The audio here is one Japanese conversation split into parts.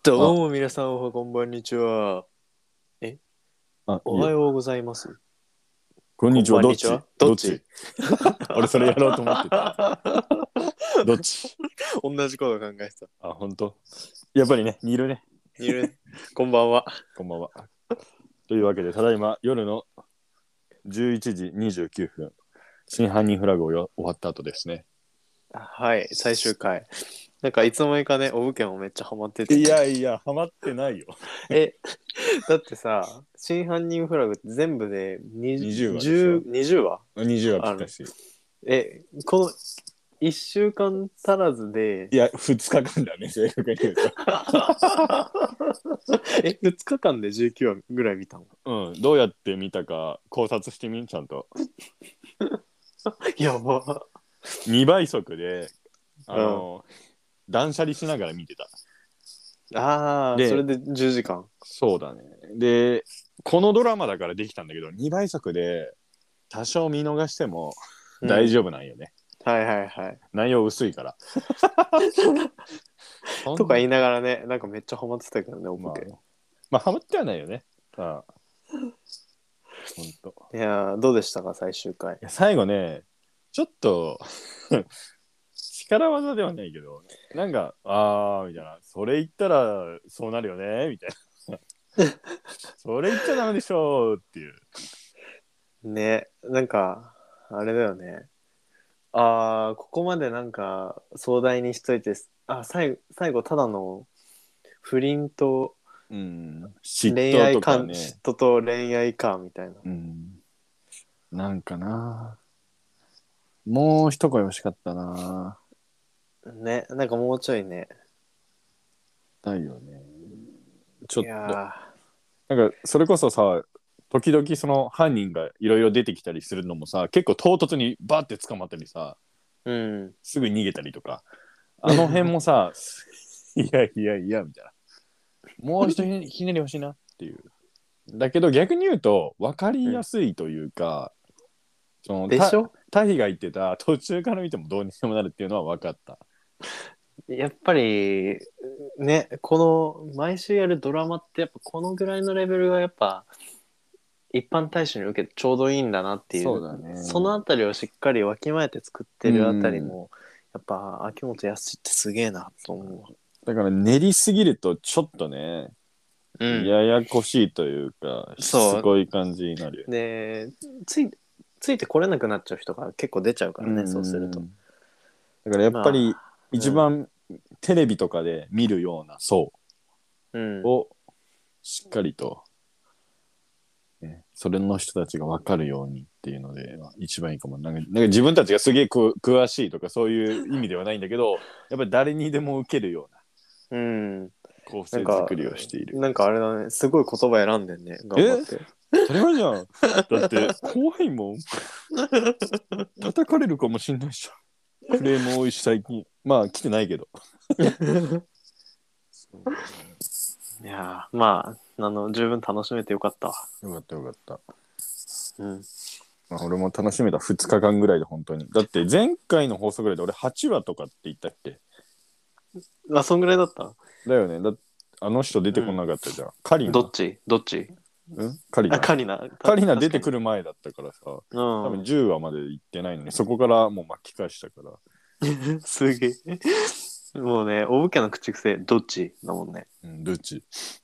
どうあ、 も皆さん、こんばんにちは。え、おいいよ。 はようございます。こんこんにちは。どっちばんにちは。どっち？ どっち俺それやろうと思ってた。どっち？ 同じこと考えてた。 あ、本当。やっぱりね、似るね。 いる。こんばんは。 こんばんは。というわけで、ただいま夜の11時29分、真犯人フラグを終わった後ですね。 はい、最終回。なんかいつの間にかね、お受けもめっちゃハマってていね。 やいや、ハマってないよ。 え、だってさ、真犯人フラグって全部で 20話でしょ？ 20話 20 話ぴある。 ったし。 この1週間足らずで、 いや、2日間だね、正確に言うと。 2日間で19話ぐらい見たの？ うん、どうやって見たか考察してみん、ちゃんと。 やば。 2倍速で、 うん。 断捨離しながら見てた。 ああ、それで、 で10時間。 そうだね。で、このドラマだからできたんだけど、2倍速で多少見逃してもうん。 大丈夫なんよね。 はいはいはい。 内容薄いから。 とか言いながらね、なんかめっちゃハマってたけどね、おまあ、 こけ。 まあ、ハマってはないよね。ああ、ほんと。 いやー、どうでしたか、最終回。 いや、最後ね、ちょっと力技ではないけど、なんか、みたいな。それ言ったらそうなるよね、みたいな。それ言っちゃダメでしょっていう。 ね、なんか、あれだよね。ああ、ここまでなんか壮大にしといて、最後ただの不倫とうん。嫉妬とかね。 嫉妬と恋愛感みたいな。 うん。なんかな。もう一声欲しかったな。 ね、なんかもうちょいね。 だよね。ちょいっと。 やなんか、それこそさ、時々その犯人がいろいろ出てきたりするのもさ、結構唐突にバッて捕まったりさ、 ー、うん。 すぐ逃げたりとか、あの辺もさ、いやいやいや、みたいな。もう一ひねり欲しいなっていう。だけど逆に言うと、分かりうん。 やすいというか、その、 でしょ？ タヒが言ってた途中から見てもどうにでもなるっていうのは分かった。 やっぱりね、この毎週やるドラマってやっぱこのぐらいのレベルがやっぱ一般大衆に受けてちょうどいいんだなっていう、 そうだね。 そのあたりをしっかりわきまえて作ってうるあたりん。 もやっぱ秋元康ってすげえなと思だから練りすぎるとちょっとね、 う。うん。 ややこしいというか、しつそこい感じになるよう。 ね。 で、ついてこれなくなっちゃう人が結構出ちゃうかうらね、そうすると。 ん。だからやっぱりまあ、うん。 一番テレビとかで見るような層うん。 をしっかりと、ね、それの人たちが分かるようにっていうので、一番いいかも。なんか自分たちがすげえ詳しいとかそういう意味ではないんだけど、やっぱり誰にでも受けるようなうん。 構成なんか、 作りをしている。 なんかあれだね、すごい言葉選んでんね、頑張っえ、 て。 当たり前じゃん。だって怖いもん。叩かれるかもしんないじゃん。クレーム多いし最近。まあ来てないけど。そういやー、まあ、十分楽しめてよかったわ。 よかったよかった。 うん。 まあ、俺も楽しめた2日間ぐらいで本当に。だって前回の放送ぐらいで俺8話とかって言ったっけ？ あ、そんぐらいだった？ だよね。あの人出てこうん。 なかったじゃん。カリナ。 どっち？あ、 カリナ。 カニな。 カリナ出確かに。 てくる前だったからさ、 う多分ん。 10話まで行ってないのに、そこからもう巻き返したから。 すげえ。もうね、お武家の口癖、どっちだもんね。 うん、ルチ。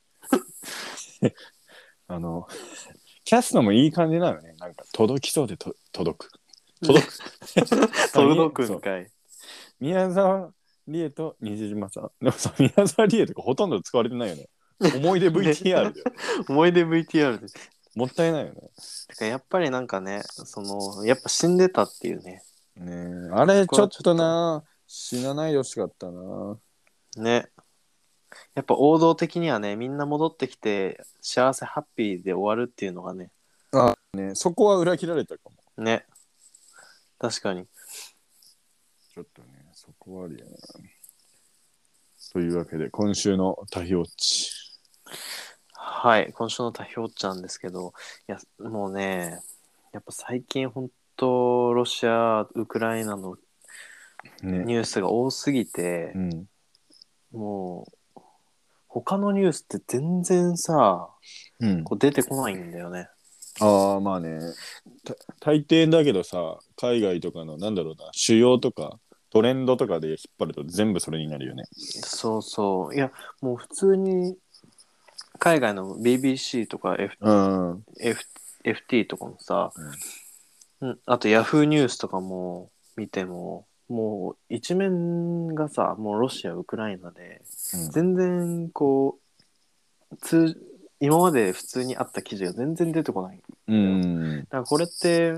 あの、キャストもいい感じなのね。なんか届きそうで届く。届く。 届くそう。 んかい。 宮沢りえと西島さん。でもさ、宮沢りえとかほとんど使われてないよね。思い出ね、 VTR だよ。 思い出 VTR で。 もったいないよね。 てかやっぱりなんかね、やっぱ死んでたっていうね。 ねえ、あそこれちょっとはちょっと、 な、死なないでほしかったな。 ね。やっぱ王道的にはね、みんな戻ってきて、幸せハッピーで終わるっていうのがね、 ね、そこは裏切られたかも。 ね。確かに。 ちょっとね、そこはあるよね。というわけで、今週のタヒウォッチ。 はい、今週のタヒョウちゃんですけど、いや、もうね、やっぱ最近本当ロシア、ウクライナのね。 ニュースが多すぎて、 うん。 もう、 他のニュースって全然さ、 うんこう出てこないんだよね。 ああまあね大抵だけどさ海外とかのなんだろうな主要とかトレンドとかで引っ張ると全部それになるよね。 そうそう。いや、もう普通に海外の BBC とか、 うん FT とかもさ、 うんあと Yahoo ニュースとかも見ても、もう一面がさ、もうロシア、ウクライナで、全然こう、今まで普通にあった記事が全然出てこないんうだよ。 んだからこれって、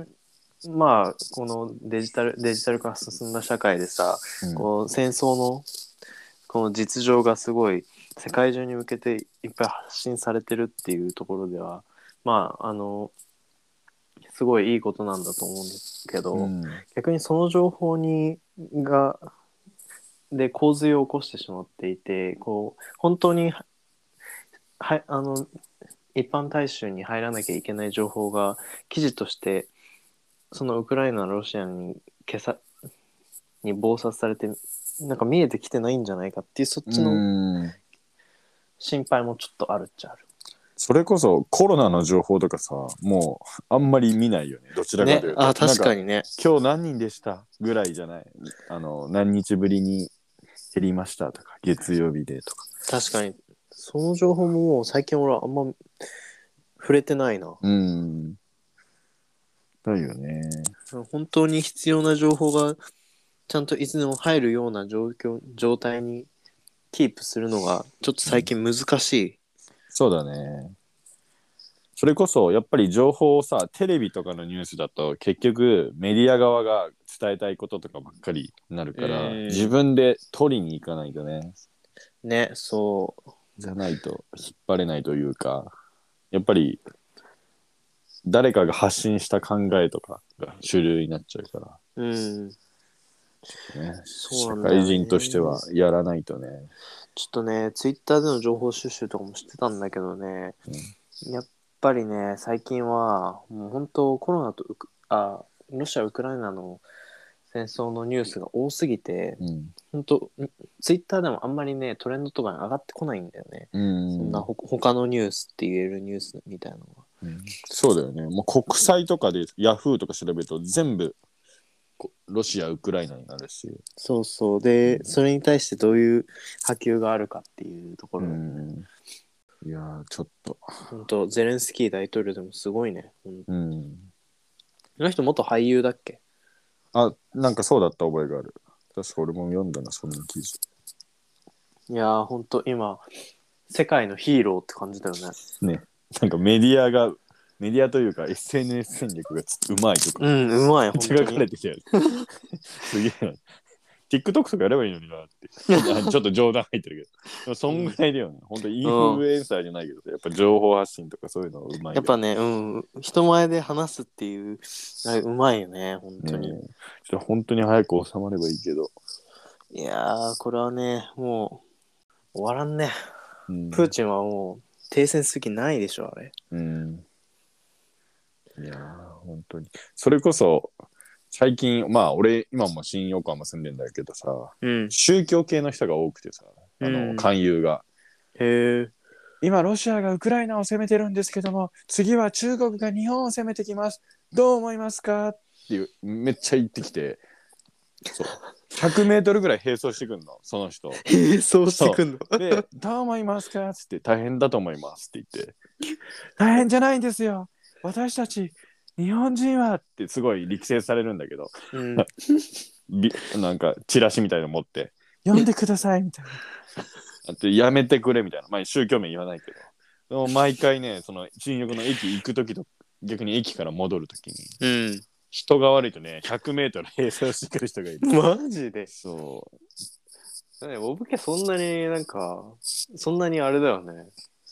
まあ、このデジタル化が進んだ社会でさ、 うんこう戦争のこの実情がすごい世界中に向けていっぱい発信されてるっていうところでは、まあ、すごいいいことなんだと思うんですけど、 うん逆にその情報で洪水を起こしてしまっていて、こう本当に一般大衆に入らなきゃいけない情報が記事としてそのウクライナロシアに忙殺されてなんか見えてきてないんじゃないかっていうそっちのうん心配もちょっとあるっちゃある。 それこそコロナの情報とかさもうあんまり見ないよねどちらかというと、 あ、 なんか確かにね。 今日何人でしたぐらいじゃない何日ぶりに減りましたとか月曜日でとか確かに。その情報ももう最近俺はあんま触れてないな。 うんだよね本当に必要な情報がちゃんといつでも入るような状態にキープするのがちょっと最近難しい。 そうだねそれこそやっぱり情報をさテレビとかのニュースだと結局メディア側が伝えたいこととかばっかりになるから自分で取りに行かないとねね、そじゃないと引っ張れないというかやっぱり誰かが発信した考えとかが主流になっちゃうかう。 らね社そうなんだよね。 会人としてはやらないとね、 ちょっとね、ツイッターでの情報収集とかもしてたんだけどね、やっぱりね、最近はもう本当コロナとロシア・ウクライナの戦争のニュースが多すぎて、本当ツイッターでもあんまりね、トレンドとかに上がってこないんだよね。そんな他のニュースって言えるニュースみたいなのが。 そうだよねもう国際とかでヤフーとか調べると全部ロシアウクライナになるしそうそう。で、それに対してどういう波及があるかっていうところ、 いやーちょっと本当ゼレンスキー大統領でもすごいね。 うん。 あの人元俳優だっけ？ あ、なんかそうだった覚えがある。確か俺も読んだな、そんな記事。 いやー、本当今、世界のヒーローって感じだよね。 ね。なんかメディアというか SNS 戦略がうまいとか、 うん、うまい、本当書かれに。 てきてる。すげえな。TikTok とかやればいいのになって。ちょっと冗談入ってるけど。でもそんぐらいだよね。本当インフルエンサーじゃないけど、やっぱ情報発信とかそういうのうまいよ。 やっぱね、人前で話すっていう、あれうまいよね、本当に。 ねちょっと本当に早く収まればいいけど。 いやー、これはね、もう、終わらんね。プーチンはもう、停戦する気ないでしょ、あれ。 いやー、本当に。それこそ、最近、まあ俺、今も新横浜住んでんだけどさ、宗教系の人が多くてさ、勧誘が。 へえ。 今、ロシアがウクライナを攻めてるんですけども、次は中国が日本を攻めてきます。どう思いますかっていう、めっちゃ言ってきて、そう。100メートルぐらい並走してくんの、その人。 並走してくんの？ で、どう思いますかつって、大変だと思いますって言って、大変じゃないんですよ。私たち、日本人はってすごい力説されるんだけど、なんかチラシみたいなの持って、読んでくださいみたいな。あとやめてくれみたいな。まあ宗教名言わないけど。でも毎回ね、その新横の駅行くときと逆に駅から戻るときに、人が悪いとね、100メートル並走してくる人がいる。 マジで？ そう。 おぶけそんなになんか、そんなにあれだよね。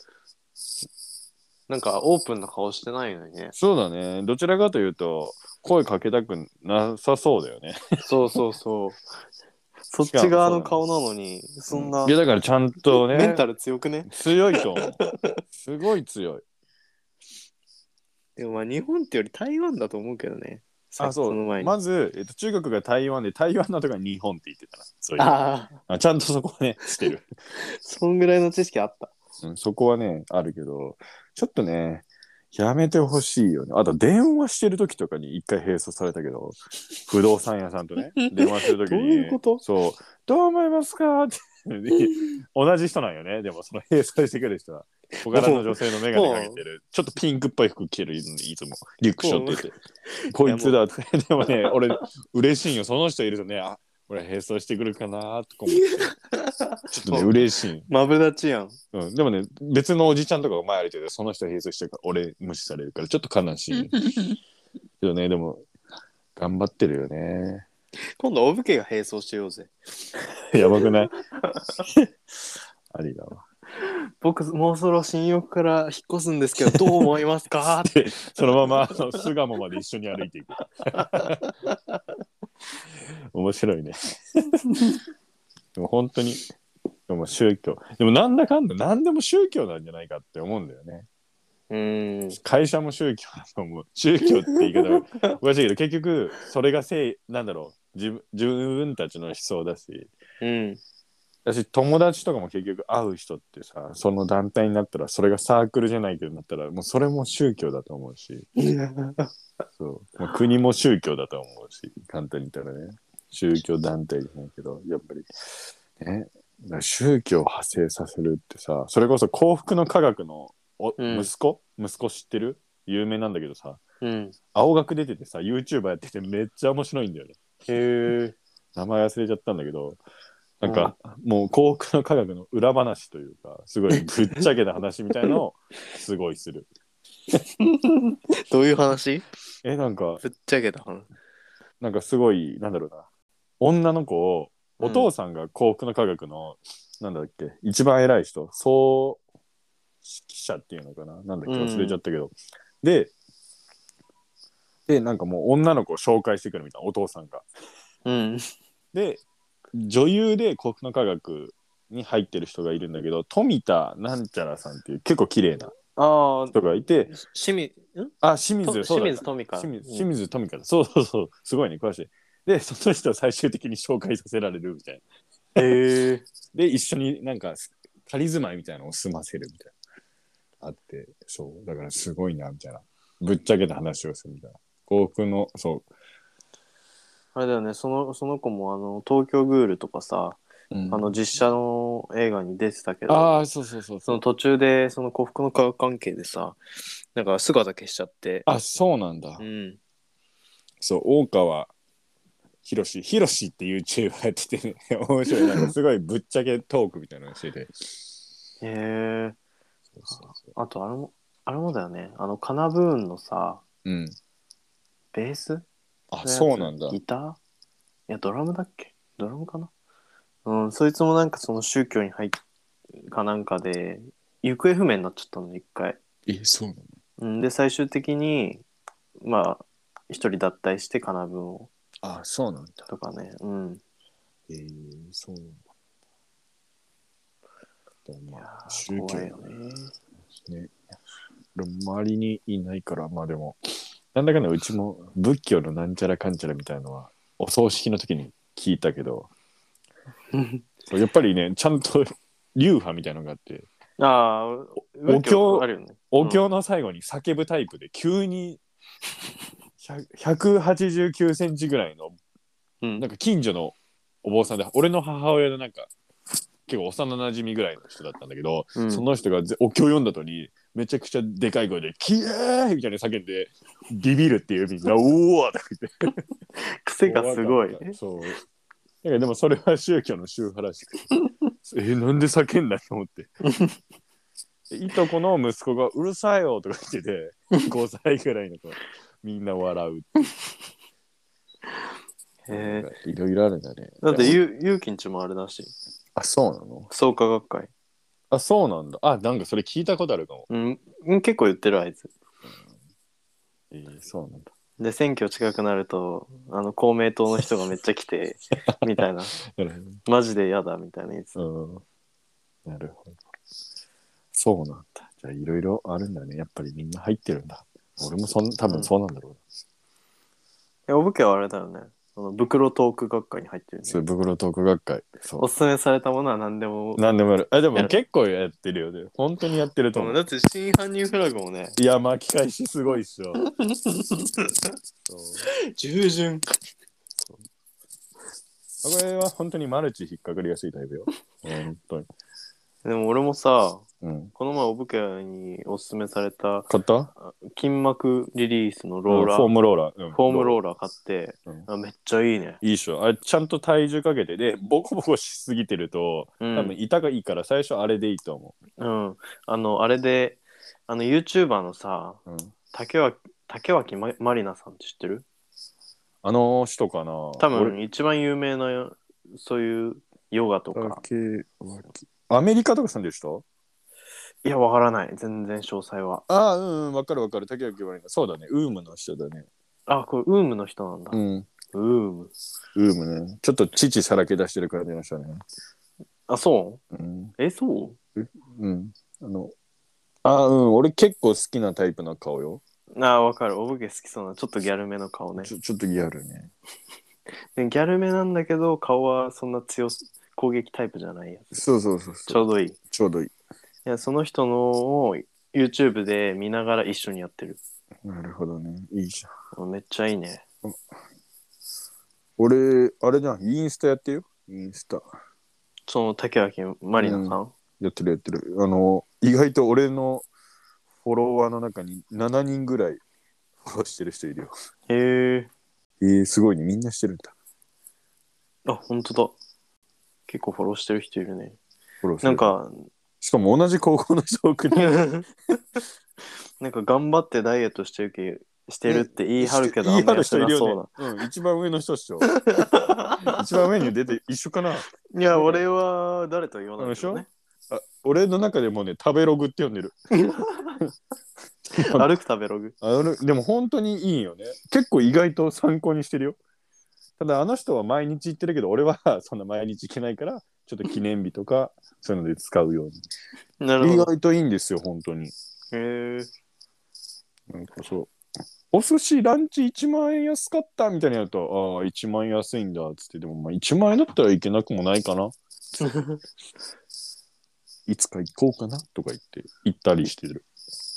なんかオープンな顔してないのにね。 そうだね。どちらかというと、声かけたくなさそうだよね。 そうそうそう。そっち側の顔なのに、そんな。 いやだからちゃんとね、 メンタル強くね？ 強いと思う。すごい強い。 でもまあ日本ってより台湾だと思うけどね。 あ、そう。 その前に。 まず、中国が台湾で、台湾のとか日本って言ってたな。そういう。 ああ、 ちゃんとそこはね、してる。 そんぐらいの知識あった。 うん、そこはね、あるけど、ちょっとね、やめてほしいよね。あと、電話してる時とかに一回閉鎖されたけど、不動産屋さんとね、電話してる時どういうこに、 と？ そう、どう思いますかって同じ人なんよね。でも、その閉鎖してくる人は。小柄の女性の眼鏡かけもてる。ちょっとピンクっぽい服着るいつも。リュック背負もう、 ってて。こいつだって。でもね、俺、嬉しいよ。その人いるとね、あ、俺並走してくるかなとか思って。ちょっとね、 もう、 嬉しい。 マブダチやん。 うん、でもね、別のおじちゃんとかが前歩いてて、その人並走してるから俺無視されるから、ちょっと悲しい。けどね、でも、頑張ってるよね。 今度、お武家が並走しようぜ。 やばくない？ありだわ。 僕、もうそろ新横から引っ越すんですけど、どう思いますか？ で、そのまま巣鴨まで一緒に歩いていく。面白いね。でも本当に、でも宗教。でもなんだかんだ、なんでも宗教なんじゃないかって思うんだよね。会社も宗教だと思う。宗教って言い方はおかしいけど、結局、それがなんだろう、自分たちの思想だし、 うん。 私友達とかも結局会う人ってさ、その団体になったらそれがサークルじゃないけどなったらもうそれも宗教だと思うし、そう、まあ、国も宗教だと思うし、簡単に言ったらね、宗教団体じゃないけどやっぱりね、だから宗教を派生させるってさ、それこそ幸福の科学のうん息子知ってる？有名なんだけどさ、 うん。 青学出ててさ YouTuber やっててめっちゃ面白いんだよね。 へえ。 名前忘れちゃったんだけど、なんうんか、もう幸福の科学の裏話というか、すごいぶっちゃけた話みたいのをすごいする。 どういう話？ なんか、 ぶっちゃけた話。 すごい、なんだろうな。女の子を、おうん父さんが幸福の科学の、なんだっけ、一番偉い人、総指揮者っていうのかな、なんだっけ、忘れちゃったけど。で、なんかもう女の子を紹介してくるみたいな、お父さんが。 うん。 で、女優で幸福の科学に入ってる人がいるんだけど、富田なんちゃらさんっていう結構綺麗なああ、 人がいて、清水、そう清だ。 水富香。 清水富香だ。そうそうそう。すごいね、詳しい。で、その人を最終的に紹介させられるみたいな。 へえ。 で、一緒に仮住まいみたいなのを済ませるみたいな。あって、そう。だからすごいな、みたいな。ぶっちゃけた話をするみたいな。幸福の、そう。 あれだよね、その子も東京グールとかさ、 うん、 実写の映画に出てたけど、 ああ、そうそうそうそう。 その途中でその幸福の科学関係でさ、なんか姿消しちゃって、 あ、そうなんだ。 うん。 そう、大川ひろしって YouTuber やっててね、面白い。なんかすごいぶっちゃけトークみたいなのしてて。 へえ。 そうそうそう。 あとあれもだよね、カナブーンのさ、 うん。 ベースあ、 のやつ、 そうなんだ。 ギター、いや、ドラムだっけ？ドラムかな。うん、そいつもなんかその宗教に入っかなんかで、行方不明になっちゃったの、一回。 そうなの？ うん、で、最終的に、まあ、一人脱退してカナブーンを、 あ、そうなんだ。 とかね、うん。 そうなんだ。まあ、 いやー、 宗教怖いよね。 ね。周りにいないから、まあでも、なんだかんだうちも仏教のなんちゃらかんちゃらみたいなのは、お葬式の時に聞いたけど、そうやっぱりね、ちゃんと流派みたいなのがあって、 ああ、 お経、 あるよね。 お経の最後に叫ぶタイプで、急に189センチぐらいの、 うん。 なんか近所のお坊さんで、俺の母親のなんか、結構幼馴染ぐらいの人だったんだけど、 うん。 その人がお経読んだ後に、めちゃくちゃでかい声で、キエーイみたいな叫んで、ビビるっていうみんな、おーとか言って。 癖がすごい。 そう。なんかでもそれは宗教の宗派らしくて、なんで叫んだと思って。いとこの息子がうるさいよとか言ってて、5歳ぐらいの子、みんな笑う。 へえ。 いろいろあるんだね。 だってゆうきんちもあれだし、 あ、そうなの？ 創価学会。 あ、そうなんだ。あ、なんかそれ聞いたことあるかも。 うん、結構言ってるあいつ。 そうなんだ。 で、選挙近くなると、公明党の人がめっちゃ来て、みたいな。 なるマジで嫌だ、みたいなやつ。 ほど。なるほど。そうなんだ。じゃあいろいろあるんだね。やっぱりみんな入ってるんだ。俺も多分そうなんだろうな。 お武家はあれだよね。袋トーク学会に入ってるね。 そう、袋トーク学会。そおすすめされたものは何でもう。なんでもある。あ、でもやる。 結構やってるよね。本当にやってると思う。 だって真犯人フラグもね。 いや、巻き返しすごいっしょ。そう。 従順。 これは本当にマルチ引っかかりやすいタイプよ。本当に。 でも俺もさ、 うん。 この前お武家におすすめされた買った？ 筋膜リリースのうん、フォーローラー、 ムローラー。うん、 フォームローラー買って、めっちゃいいね。 いいっしょ。あれ、ちゃんと体重かけて、で、ボコボコしすぎてると、多分痛がいいから最初あれでいいと思うん。あれで、YouTuber のさ、 う。うん。 竹脇まりなさんって知ってる？ あの人かな。 多俺、 分一番有名な、そういうヨガとか。 アメリカとか住んでる人？ いや、わからない。全然詳細は。 ああ、うん、わかるわかる。竹内まりな。そうだね。ウームの人だね。 あ、これ、ウームの人なんだ。 うん。 ウーム。 ウームね。ちょっと乳さらけ出してる感じの人ね。 あ、そうん。 う？そう？ うん。うん。俺結構好きなタイプの顔よ。 わかる。お武家好きそうな、ちょっとギャルめの顔ね。 ちょっとギャルね。 でギャルめなんだけど、顔はそんな攻撃タイプじゃないやつ。 そうそうそうそう。 ちょうどいい。いちょうどいい。 や、その人のを YouTube で見ながら一緒にやってる。 なるほどね。いいじゃん。 めっちゃいいね。 俺、あれじゃん。インスタやってよ。インスタ。 その竹脇まりなさん。 やってるやってる。意外と俺のフォロワーの中に7人ぐらいフォローしてる人いるよ。 へえ。 すごいね。みんなしてるんだ。 あ、本当だ。結構フォローしてる人いるね。 フォローする。 なんか、 しかも同じ高校の人多くね。 なんか頑張ってダイエットしてるって言い張るけど、 言い張るあんま痩せ人いるよね。 なそううん、一番上の人っしょ。一番上に出て一緒かな。 な。いや、俺は誰とは言わないでしょ？ けどね。 俺の中でもね、食べログって呼んでる。 歩く食べログ。 でも本当にいいよね。結構意外と参考にしてるよ。ただあの人は毎日行ってるけど、俺はそんな毎日行けないから、ちょっと記念日とか、そういうので使うように。意なるほど。 外といいんですよ、本当に。 へえ。 なんかそう。お寿司ランチ1万円安かったみたいにやると、ああ、1万円安いんだっつって、でもまあ1万円だったらいけなくもないかな。いつか行こうかなとか言って行ったりしてる。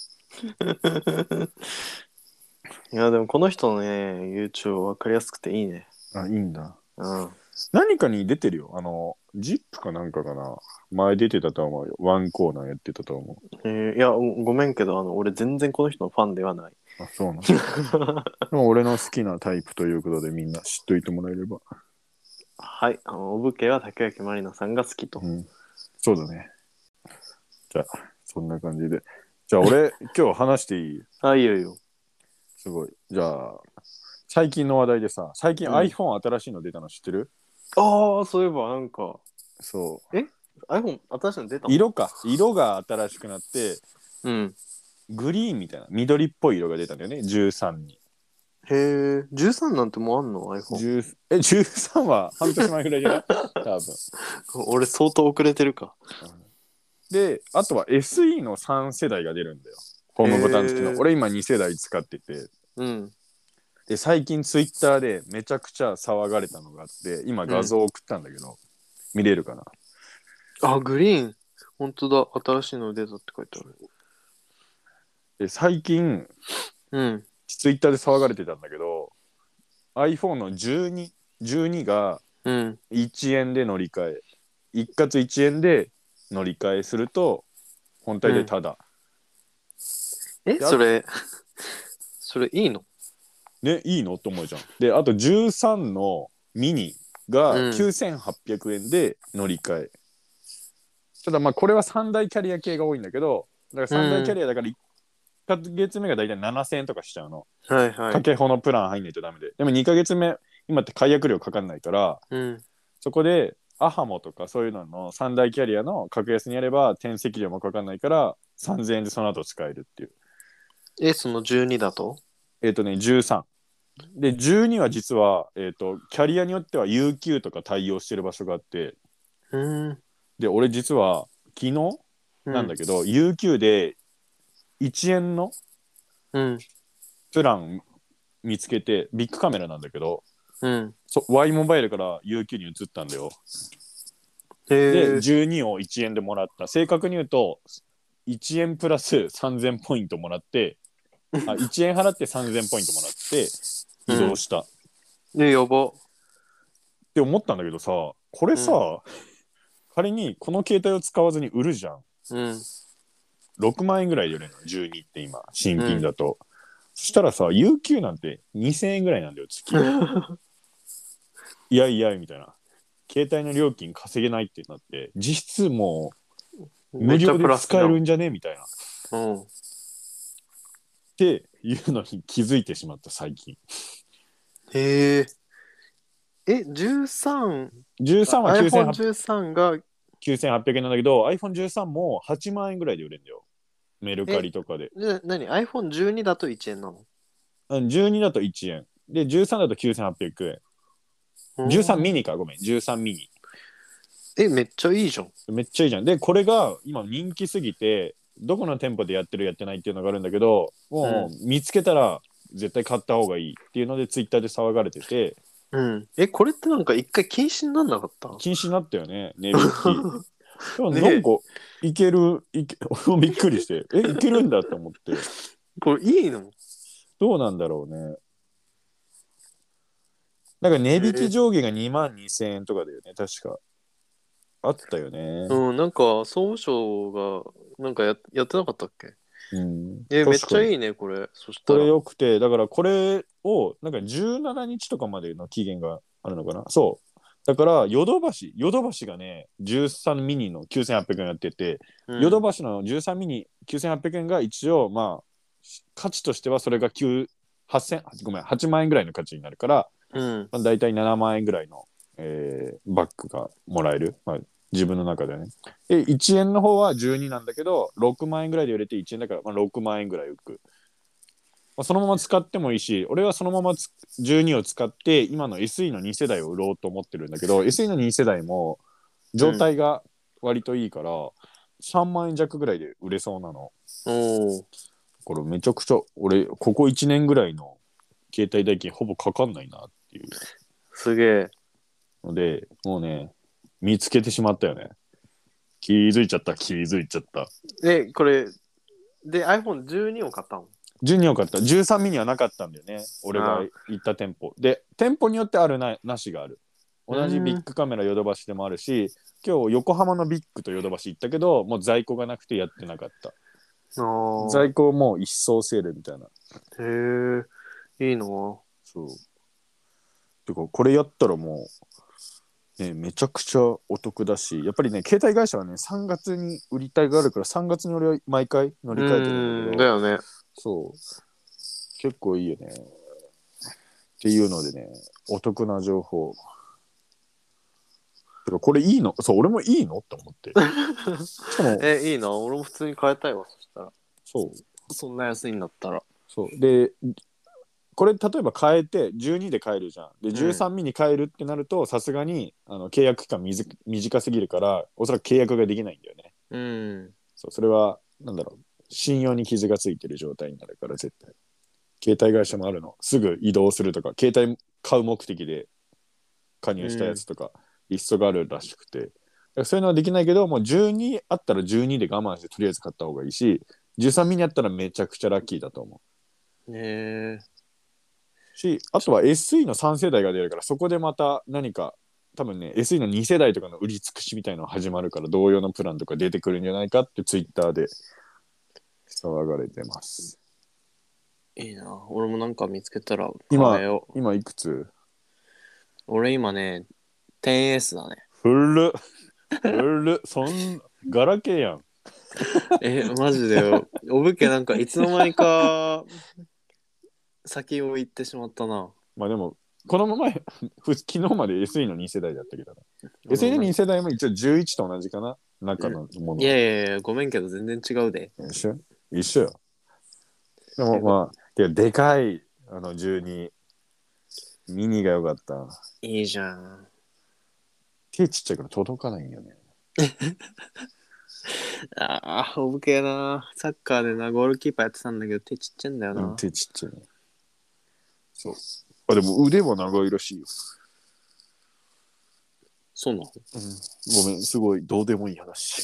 いや、でもこの人のね、YouTube わかりやすくていいね。 あ、いいんだ。 うん。 何かに出てるよ。ジップかなんかかな。前出てたと思うよ。ワンコーナーやってたと思いや、ごめんけど、俺全然この人のファンではない。 う。あ、そうなんだ。でも俺の好きなタイプということでみんな知っといてもらえれば。 はい。お武家は竹脇まりなさんが好きと。 うん。そうだね。じゃあ、そんな感じで。じゃあ俺、今日話していい？ あ、いいよいいよ。 すごい。じゃあ、最近の話題でさ、最近うん。 iPhone 新しいの出たの知ってる？ ああ、そういえばなんか、 そう。 iPhone 新しいの出たの？ 色が新しくなって、 うん。 グリーンみたいな、緑っぽい色が出たんだよね、13に。 へえ、13なんてもうあんの iPhone？ 13は半年前ぐらいじゃない多分。 俺相当遅れてるか。 で、あとは SE の3世代が出るんだよ。ホームボタン付きの。 へー俺今2世代使ってて。 うん。 で、最近ツイッターでめちゃくちゃ騒がれたのがあって、今画像送ったんだけど、見れるかな？ あ、グリーン。本当だ。新しいの出たって書いてある。 で、最近うん。 ツイッターで騒がれてたんだけど、iPhone の12がうん。 1円で乗り換え。一括1円で乗り換えすると、本体でタダ。でそれいいの？ ね、いいのと思うじゃん。で、あと13のミニがうん。 9800円で乗り換え。ただまあこれは3大キャリア系が多いんだけど、だから3大キャリアだから1ヶ月目がだいたい7000円とかしちゃうの。 はいはい。 かけほのプラン入んないとダメで。でも2ヶ月目、今って解約料かかんないから、 うん。 そこでアハモとかそういうのの3大キャリアの格安にやれば転籍料もかかんないから3000円でその後使えるっていう。 その12だと？ 13。で、12は実は、キャリアによっては UQ とか対応してる場所があって、 うん。 で、俺実は昨日なんだけど、UQ で1円のうん。 プラン見つけて、ビッグカメラなんだけど、 うん。 Y モバイルから UQ に移ったんだよ。で、 へえ。 12を1円でもらった。正確に言うと、1円プラス3000ポイントもらって、1円払って3000ポイントもらって移動したっで、やば。 て思ったんだけどさ、これさ、 うん。 仮にこの携帯を使わずに売るじゃん。 うん。 6万円ぐらいで売れるの、12って今、新うん。 品だと。そしたらさ、UQ なんて2000円ぐらいなんだよ、月。いやいや、みたいな。携帯の料金稼げないってなって、実質もうめっちゃ無料でプラスじゃん。 使えるんじゃねみたいな。っうん。 ていうのに気づいてしまった、最近。 へえ。13、 13は iPhone13 が、 9800円なんだけど、iPhone13 も8万円ぐらいで売れるんだよ。メルカえ、 リとかで。 何 ?iPhone12 だと1円なの？ 12だと1円。で、13だと9800円。 う 13ミん。 ニか、ごめん。13ミニ。 めっちゃいいじゃん。 めっちゃいいじゃん。で、これが今人気すぎて、どこの店舗でやってるやってないっていうのがあるんだけど、もうん。 う見つけたら絶対買った方がいいっていうので、ツイッターで騒がれてて、 うん。これってなんか一回禁止になんなかった？ 禁止になったよね、値引き。でもねえ。 なんか、俺もびっくりして、いけるんだと思って、 これいいの？ どうなんだろうね。なんか値引きえ上限が2万2000円とかだよね、確か。あったよね。 うん、なんか総務省がなんかやってなかったっけ？ うん、 めっ確かに。 ちゃいいね、これ。そしこれたら。 良くて、だからこれを、なんか17日とかまでの期限があるのかな。そう。だから、ヨドバシがね、13ミニの9800円やってて、 うん。 ヨドバシの13ミニ9800円が一応、まあ、価値としてはそれが9、8000、ごめん、8万円ぐらいの価値になるから、 うん。 まあ、大体7万円ぐらいの、バッグがもらえる。まあ、自分の中ではね。で、1円の方は12なんだけど、6万円ぐらいで売れて1円だから、まあ、6万円ぐらい浮く。まあ、そのまま使ってもいいし、俺はそのまま12を使って今の SE の2世代を売ろうと思ってるんだけど、 SE の2世代も状うん。 態が割といいから3万円弱ぐらいで売れそうなの。 おー、 これめちゃくちゃ俺ここ1年ぐらいの携帯代金ほぼかかんないなっていうすげえ。 ので、もうね、見つけてしまったよね。気づいちゃった。 これ、で、iPhone12 を買ったの？ 12を買った。13ミニはなかったんだよね。俺があ行った店舗。で、店舗によってあるなしがある。 う同じビッーん。 グカメラヨドバシでもあるし、今日横浜のビッグとヨドバシ行ったけど、もう在庫がなくてやってなかった。 ああ。 在庫もう一掃セールみたいな。 へえ、いいな。 そう。てか、これやったらもう、ね、めちゃくちゃお得だし、やっぱりね、携帯会社はね、3月に売りたいがあるから、3月に俺は毎回乗うり換えてるんだけーん、だど、 よね。 そう、結構いいよね。っていうのでね、お得な情報。てか、これいいの？そう、俺もいいのって思って。しかも、 いいな。俺も普通に買いたいわ、そしたら。 そう、 そんな安いんだったら。 そう。で、これ例えば変えて12で変えるじゃん。で、 うん。 13ミニ変えるってなると、さすがに契約期間短すぎるから、おそらく契約ができないんだよね。 うん。 そう、それは、なんだろう、信用に傷がついてる状態になるから、絶対。携帯会社もあるの。すぐ移動するとか、携帯買う目的で加入したやうん。 つとか、リストがあるらしくて。だからそういうのはできないけど、もう12あったら12で我慢してとりあえず買った方がいいし、13ミニあったらめちゃくちゃラッキーだと思う。 ねえ。 し、あとは SE の3世代が出るから、そこでまた何か、多分ね、SE の2世代とかの売り尽くしみたいなの始まるから、同様のプランとか出てくるんじゃないかってツイッターで騒がれてます。 いいな。俺もなんか見つけたら買今、 えよう。 今いくつ？ 俺今ね、10S だね。 古っ、古っ、ガラケーやん。 マジでよ。お武家なんかいつの間にか先を行ってしまったな。 まあでも、このまま昨日まで SE の2世代だったけどね。 う SE の2 ん、 世代も一応11と同じかな。中のものは。 いやいやいや、ごめんけど全然違うで。 一緒よ。でもえこまあ、でかい、12、ミニが良かった。 いいじゃん。 手ちっちゃいから届かないんよね。 ああ、お武家やな。サッカーでな、ゴールキーパーやってたんだけど手ちっちゃいんだようん、 な。 手ちっちゃいね。 そうあでも腕は長いらしいよ。 そうなの？ ごめんすごいどうでもいい話。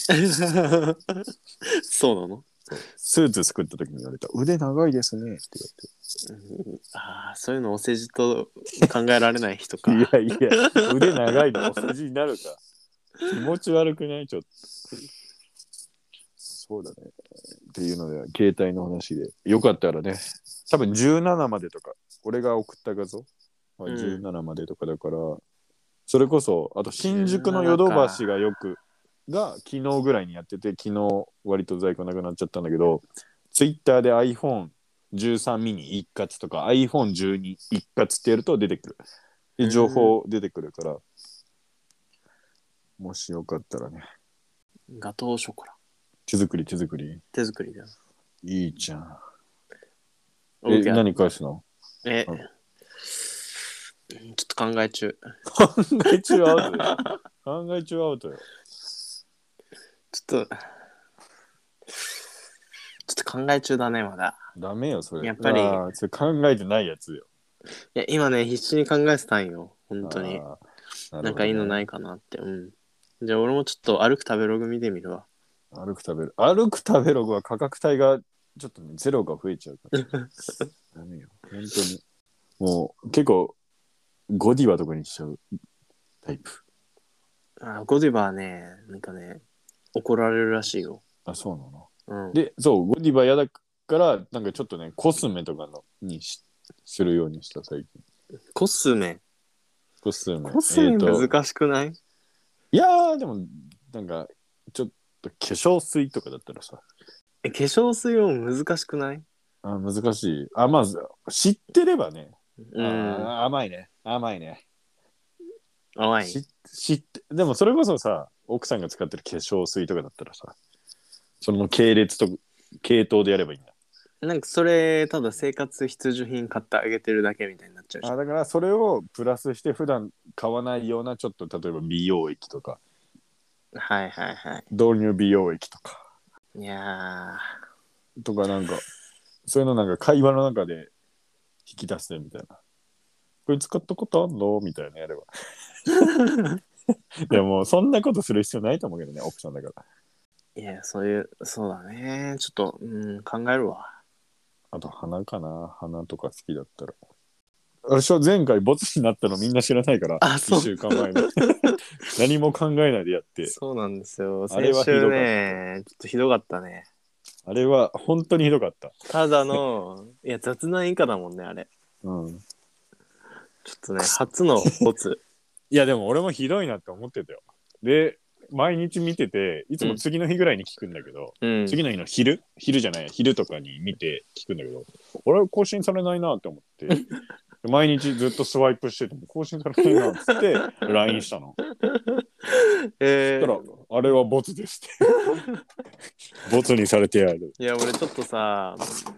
そうなの？ スーツ作った時に言われた腕長いですねってああ、そういうのお世辞と考えられない人か。 言われていやいや腕長いのお世辞になるか気持ち悪くないちょっと。そうだねっていうので携帯の話でよかったらね多分17までとか俺が送った画像は17までとかだから、それこそあと新宿のヨドバシがが昨日ぐらいにやってて昨日割と在庫なくなっちゃったんだけどツイッターで iPhone13 ミニ一括とか iPhone12 一括ってやると出てくるで情報出てくるからもしよかったらねガトーショコラ。 手作り手作りだよ。 いいじゃん。 OK。 何返すの？ ちょっと考え中。 考え中アウトよ。考え中アウトよ。 ちょっと考え中だね、まだ。 ダメよ、それ。 やっぱりそれ考えてないやつよ。 いや、今ね、必死に考えてたんよ。本当に。なんかいいのないかなって。じゃあ俺もちょっと歩く食べログ見てみるわ。 歩く食べログは価格帯がちょっとね、ゼロが増えちゃうから。ダメよ。本当に。もう結構、ゴディバとかにしちゃうタイプ。 ゴディバはね、なんかね、怒られるらしいよ。 あ、そうなの。 うん。 で、そう、ゴディバ嫌だから、なんかちょっとね、コスメとかのにするようにした最近。 コスメ難難しくない？ いやーでもなんかちょっと化粧水とかだったらさ化粧水も難しくない？ 難しいまず知ってればね甘いね甘い。 知ってでもそれこそさ奥さんが使ってる化粧水とかだったらさその系列と系統でやればいいんだ。 なんかそれただ生活必需品買ってあげてるだけみたいになっちゃうし。 だからそれをプラスして普段買わないようなちょっと例えば美容液とかはいはいはい。 導入美容液とかいやとかなんかそういうのなんか会話の中で引き出すみたいな。これ使ったことあんのみたいなやれば。いやもうそんなことする必要ないと思うけどね奥さんだから。 いやそうだね。ちょっと考えるわ。 あと花かな花とか好きだったら。私は前回ボツになったのみんな知らないから1週間前に何も考えないでやってそうなんですよ。 あれは先週ねちょっとひどかったね。 あれは本当にひどかった。 ただのいや雑談以下だもんねあれ。ちょっとね初のボツ。 いやでも俺もひどいなって思ってたよ。で毎日見てていつも次の日ぐらいに聞くんだけど、次の日の昼じゃない昼とかに見て聞くんだけど俺は更新されないなって思って毎日ずっとスワイプしてても更新されないなっつって LINE したの。そしたらあれはボツですってボツにされてやる。 いや俺ちょっとさ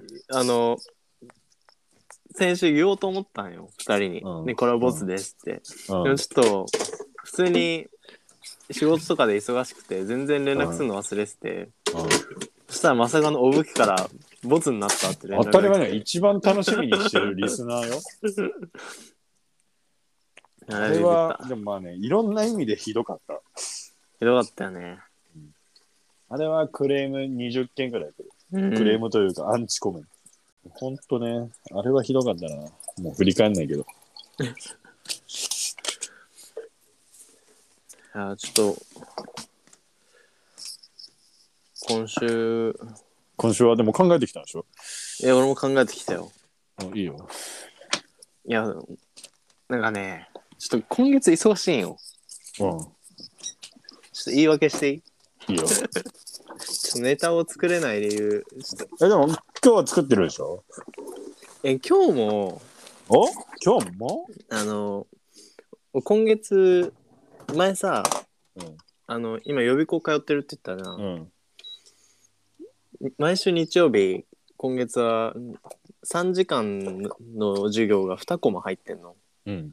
先週言おうと思ったんよ2人に、でこれはボツですって、でもちょっと普通に仕事とかで忙しくて全然連絡するの忘れてて、そしたらまさかのおぶきからボツになったって連絡が来て、 当たり前だよ一番楽しみにしてるリスナーよあれはでもまあねいろんな意味でひどかった。 ひどかったよね。 あれはクレーム20件くらい来る、クレームというかアンチコメント。ほんとねあれはひどかったな。もう振り返んないけどちょっと今週はでも考えてきたんでしょ？ いや俺も考えてきたよ。 いいよ。 いやなんかねちょっと今月忙しいんよ。ちょっと言い訳していい？ いいよネタを作れない理由ちょっとでも今日は作ってるでしょ？ 今日も今日も今月前さ、今予備校通ってるって言ったな、毎週日曜日今月は3時間の授業が2コマ入ってんの、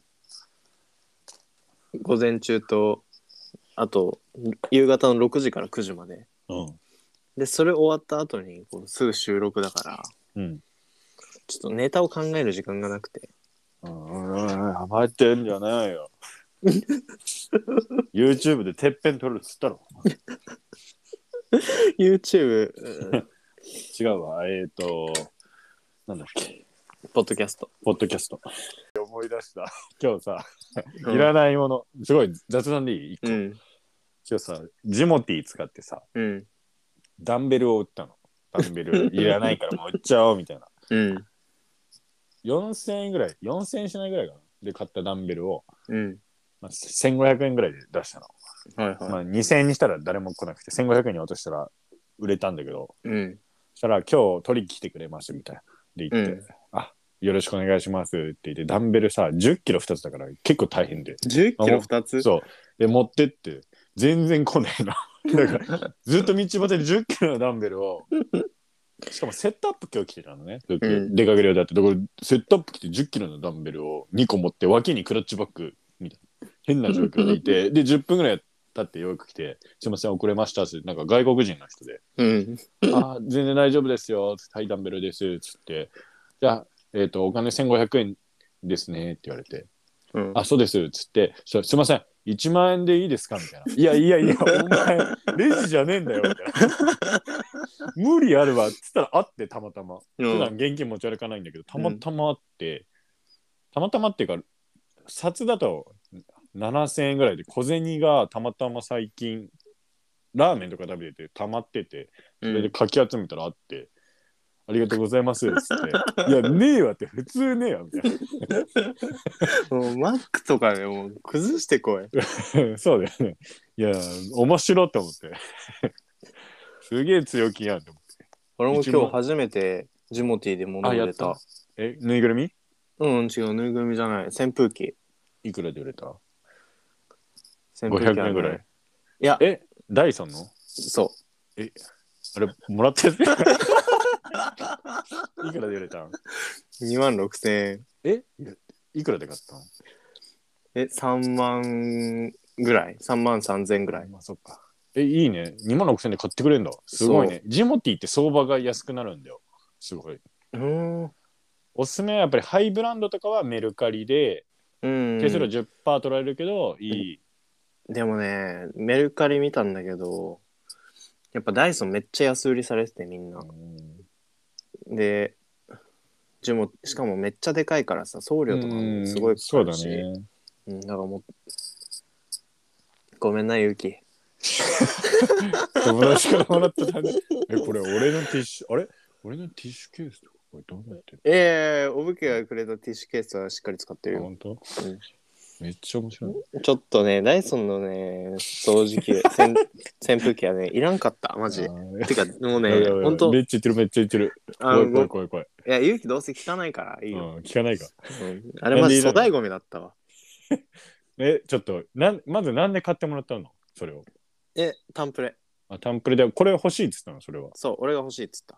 午前中とあと夕方の6時から9時まで、でそれ終わった後にすぐ収録だから、ちょっとネタを考える時間がなくて、 甘えてんじゃないよ。YouTube でてっぺん取るっつったろ。 YouTube、 違うわ。なんだっけ。 ポッドキャスト。 ポッドキャスト。思い出した。今日さ、 うんいらないもの、すごい雑談でいい一個。 うん今日さ、ジモティー使ってさ、 うんダンベルを売ったの。ダンベルいらないからもう売っちゃおうみたいな。 うん 4000円ぐらい、4000円しないぐらいかな。で買ったダンベルを、 うん 1500円ぐらいで出したの。 はいはい。 2000円にしたら誰も来なくて、1500円に落としたら売れたんだけど、 うんそしたら今日取り来てくれますみたいな。で言って、 うんあ、よろしくお願いしますって言って、ダンベルさ、10キロ2つだから結構大変で。 10キロ2つ。 そう。で、持ってって、全然来ねえの。だからずっと道端で10キロのダンベルを、しかもセットアップ今日来てたのね。 ん出かけるようだって。だからセットアップ来て10キロのダンベルを2個持って脇にクラッチバッグみたいな。変な状況でいて、で、10分ぐらい経ってよく来て、すいません、遅れましたって、なんか外国人の人で、 うんあ、全然大丈夫ですよ。はい、ダンベルです。つって、じゃあ、お金1500円ですねって言われて、 うんあ、そうです。つって、すいません、1万円でいいですかみたいな。いやいやいや、お前、レジじゃねえんだよ。みたいな。無理あるわ。っつったらあって、たまたま。 うん普段現金持ち歩かないんだけど、たまたまあって、たまたまっていうか、札だと7000円ぐらいで、小銭がたまたま最近、ラーメンとか食べてて、溜まってて、それでかき集めたらあって、ありがとうございますっつって、いや、ねえわって普通ねえわみたいもうマックとかでもう崩してこい。 な。そうだよね。いや、面白って思って。すげえ強気やんって思って。 俺も今日初めてジモティーで物をあ、やった。 売れた。 ぬいぐるみうん違う、ぬいぐるみじゃない。扇風機。 いくらで売れた？ 扇風機 500 は円ぐらい。 ね。いや、 ダイソンの？ そあれ、もらったやついくらで売れたん？ う。26,000円。 いくらで買ったん？ 3万ぐらい？ 3万3千ぐらい。 まあ、そっか。いいね。2万6千で買ってくれるんだ。すごいね。ジモティーって相場が安くなるんだよ。すごい。 うんおすすめはやっぱりハイブランドとかはメルカリで、手数料 10% 取られるけど、いい。 でもね、メルカリ見たんだけど、やっぱダイソンめっちゃ安売りされててみんな。で、しかもめっちゃでかいからさ、送料とかもすごいかそうだかるし。 ね。 だからもう、ごめんな、ゆうき。 友達からもらった種。これ俺のティッシュ、あれ俺のティッシュケースとかこれどうなってる？ おぶけがくれたティッシュケースはしっかり使ってるよ。 本当？めっちゃ面白い。 ちょっとね、ダイソンのね、掃除機、扇風機はね、いらんかった、マジで。てか、もうね、ほんと、 めっちゃ言ってる、めっちゃ言ってる。怖い。 いや、ゆうきどうせ聞かないからいいよ。 聞かないか。 あれマジ粗大ゴミだったわ。 ちょっと、まずなんで買ってもらったのそれを。 タンプレ。 タンプレで、これ欲しいっつったのそれは。 そう、俺が欲しいっつった。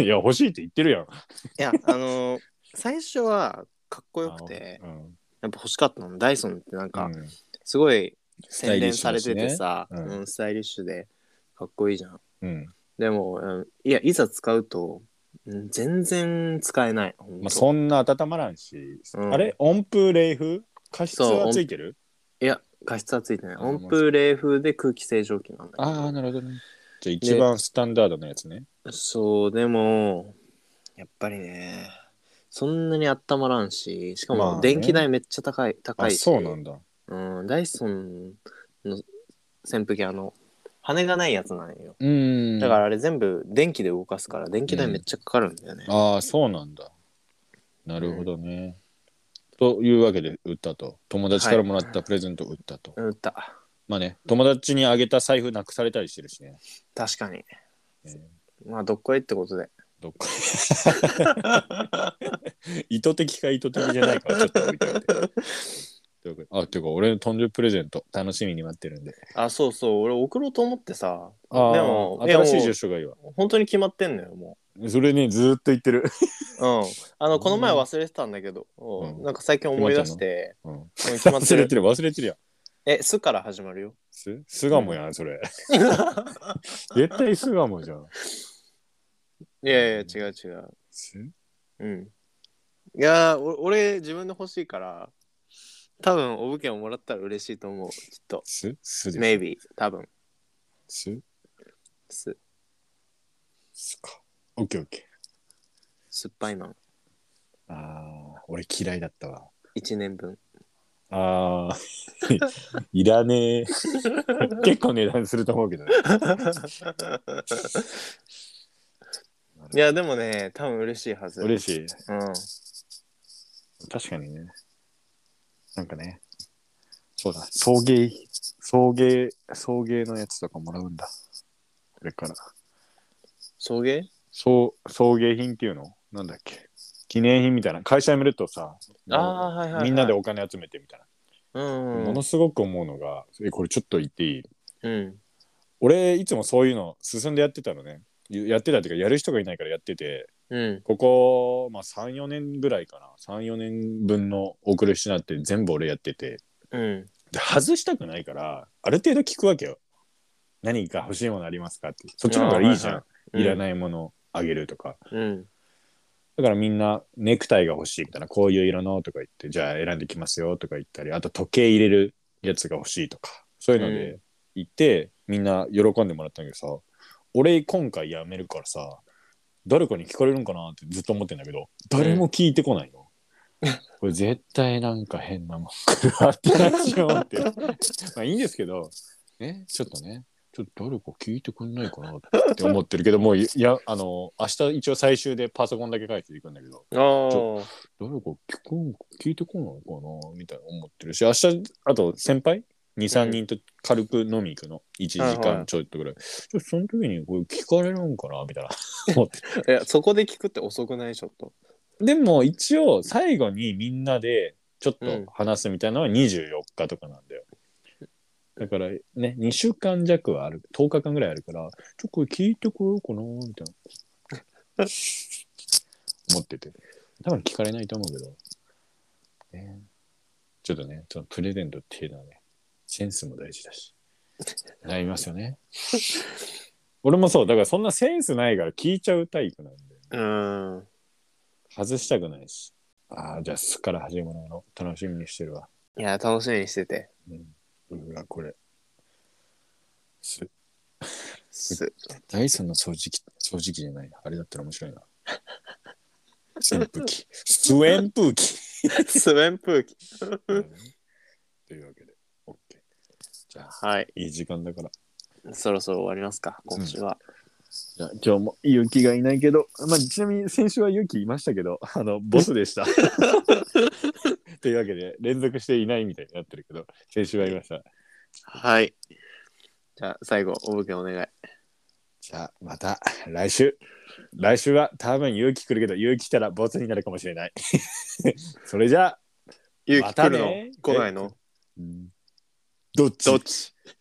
いや、欲しいって言ってるやん。 いや、最初はかっこよくて、やっぱ欲しかったの。ダイソンってなんか、すごい洗練されててさ、スタイリッシュでかっこいいじゃん。でも、いや、いざ使うと、全然使えない。 そんな温まらんし。あれ温風冷風加湿はついてる？ いや、加湿はついてない。温風冷風で空気清浄機なんだけど。 ああ、なるほどね。じゃあ一番スタンダードなやつね。 そう、でも、やっぱりね、そんなに温まらんし、しかも電気代めっちゃ高いし。 そうなんだ。 ダイソンの扇風機羽がないやつなんよ。だからあれ全部電気で動かすから電気代めっちゃかかるんだよね。 ああ、そうなんだ。なるほどね。というわけで売ったと。友達からもらったプレゼントを売ったと。 売った。 まあね、友達にあげた財布なくされたりしてるしね。 確かに。まあどっこいってことで。 どっか意図的か意図的じゃないかはちょっと置いておいて。ていうか俺の誕生日プレゼント楽しみに待ってるんで。 そうそう、俺送ろうと思ってさ。 でも新しい住所がいいわ。 本当に決まってんのよ、もう。それね、ずーっと言ってる。 この前忘れてたんだけど、なんか最近思い出して、 忘れてるやん。 すから始まるよ。 巣鴨やん、それ。絶対巣鴨じゃん。 いやいや、違う。 いやー、俺自分で欲しいから、多分お武家をもらったら嬉しいと思う、きっと。 すです。 maybe 多分。 すす、 すか。オッケーオッケ酸っぱいマン。 ー。ああ、俺嫌いだったわ。 1年分。 ああ、いらねえ。結構値段すると思うけどね。 いや、でもね、多分嬉しいはず。 嬉しい。 うん。 確かにね。なんかね。そうだ。送迎のやつとかもらうんだ。これから。 送迎。 送迎品っていうのなんだっけ。記念品みたいな。会社辞めるとさ、 ああ、はいはいみんなはい。 でお金集めてみたいな。 うんうん。 ものすごく思うのが、これちょっと言っていい？ うん。 俺、いつもそういうの進んでやってたのね。やってたっていうか、やる人がいないからやってて、 うん。 ここ、まあ、3、4年ぐらいかな。3、4年分の送る人になって全部俺やってて。 うん。 で外したくないから、ある程度聞くわけよ。何か欲しいものありますかって。そっちの方がいいじゃん。 あー、はいはい。 いらないものあげるとか。 うん。 だからみんなネクタイが欲しいみたいな、こういう色のとか言って、じゃあ選んできますよとか言ったり、あと時計入れるやつが欲しいとか、そういうので言って、みんな喜んでもらったんだけどさ、俺今回辞めるからさ、誰かに聞かれるんかなってずっと思ってんだけど、誰も聞いてこないの。これ絶対なんか変なもん来るわって話を思ってる。まあいいんですけど、ちょっとね、ちょっと誰か聞いてくんないかなって思ってるけど、もう明日一応最終でパソコンだけ返していくんだけど、 ああ。 誰か聞いてこないかなみたいな思ってるし、明日、あと先輩2、3人と軽く飲み行くの。1時間ちょっとぐらい。その時にこれ聞かれるんかなみたいな思っていや、そこで聞くって遅くないちょっと。 でも一応最後にみんなでちょっとうん。 話すみたいなのは24日とかなんだよ。だからね、2週間弱はある、10日間ぐらいあるから、これ聞いてこようかなみたいな思ってて。多分聞かれないと思うけど、ね、ちょっとね、そのプレゼントっていうのはね、センスも大事だし。なりますよね。俺もそう、だからそんなセンスないから聞いちゃうタイプなんで、 うん。 外したくないし。ああ、じゃあ、すっから始まるの楽しみにしてるわ。 いや、楽しみにしてて。 うわ、これ。すす。 ダイソンの掃除機じゃないな。あれだったら面白いな。扇風機。扇風機。 スウェンプーキ。 というわけで、OK。じゃあ、 はい。 いい時間だから。 そろそろ終わりますか、今週は。 じゃあ今日も勇気がいないけど、まあ、ちなみに先週は勇気いましたけど、ボスでした。というわけで、連続していないみたいになってるけど、先週はいました。 はい。じゃあ、最後、お武家お願い。 じゃあ、また来週。来週は多分勇気来るけど、勇気来たらボツになるかもしれない。それじゃあ、 勇また気来るのね。 来ないのどっちどっち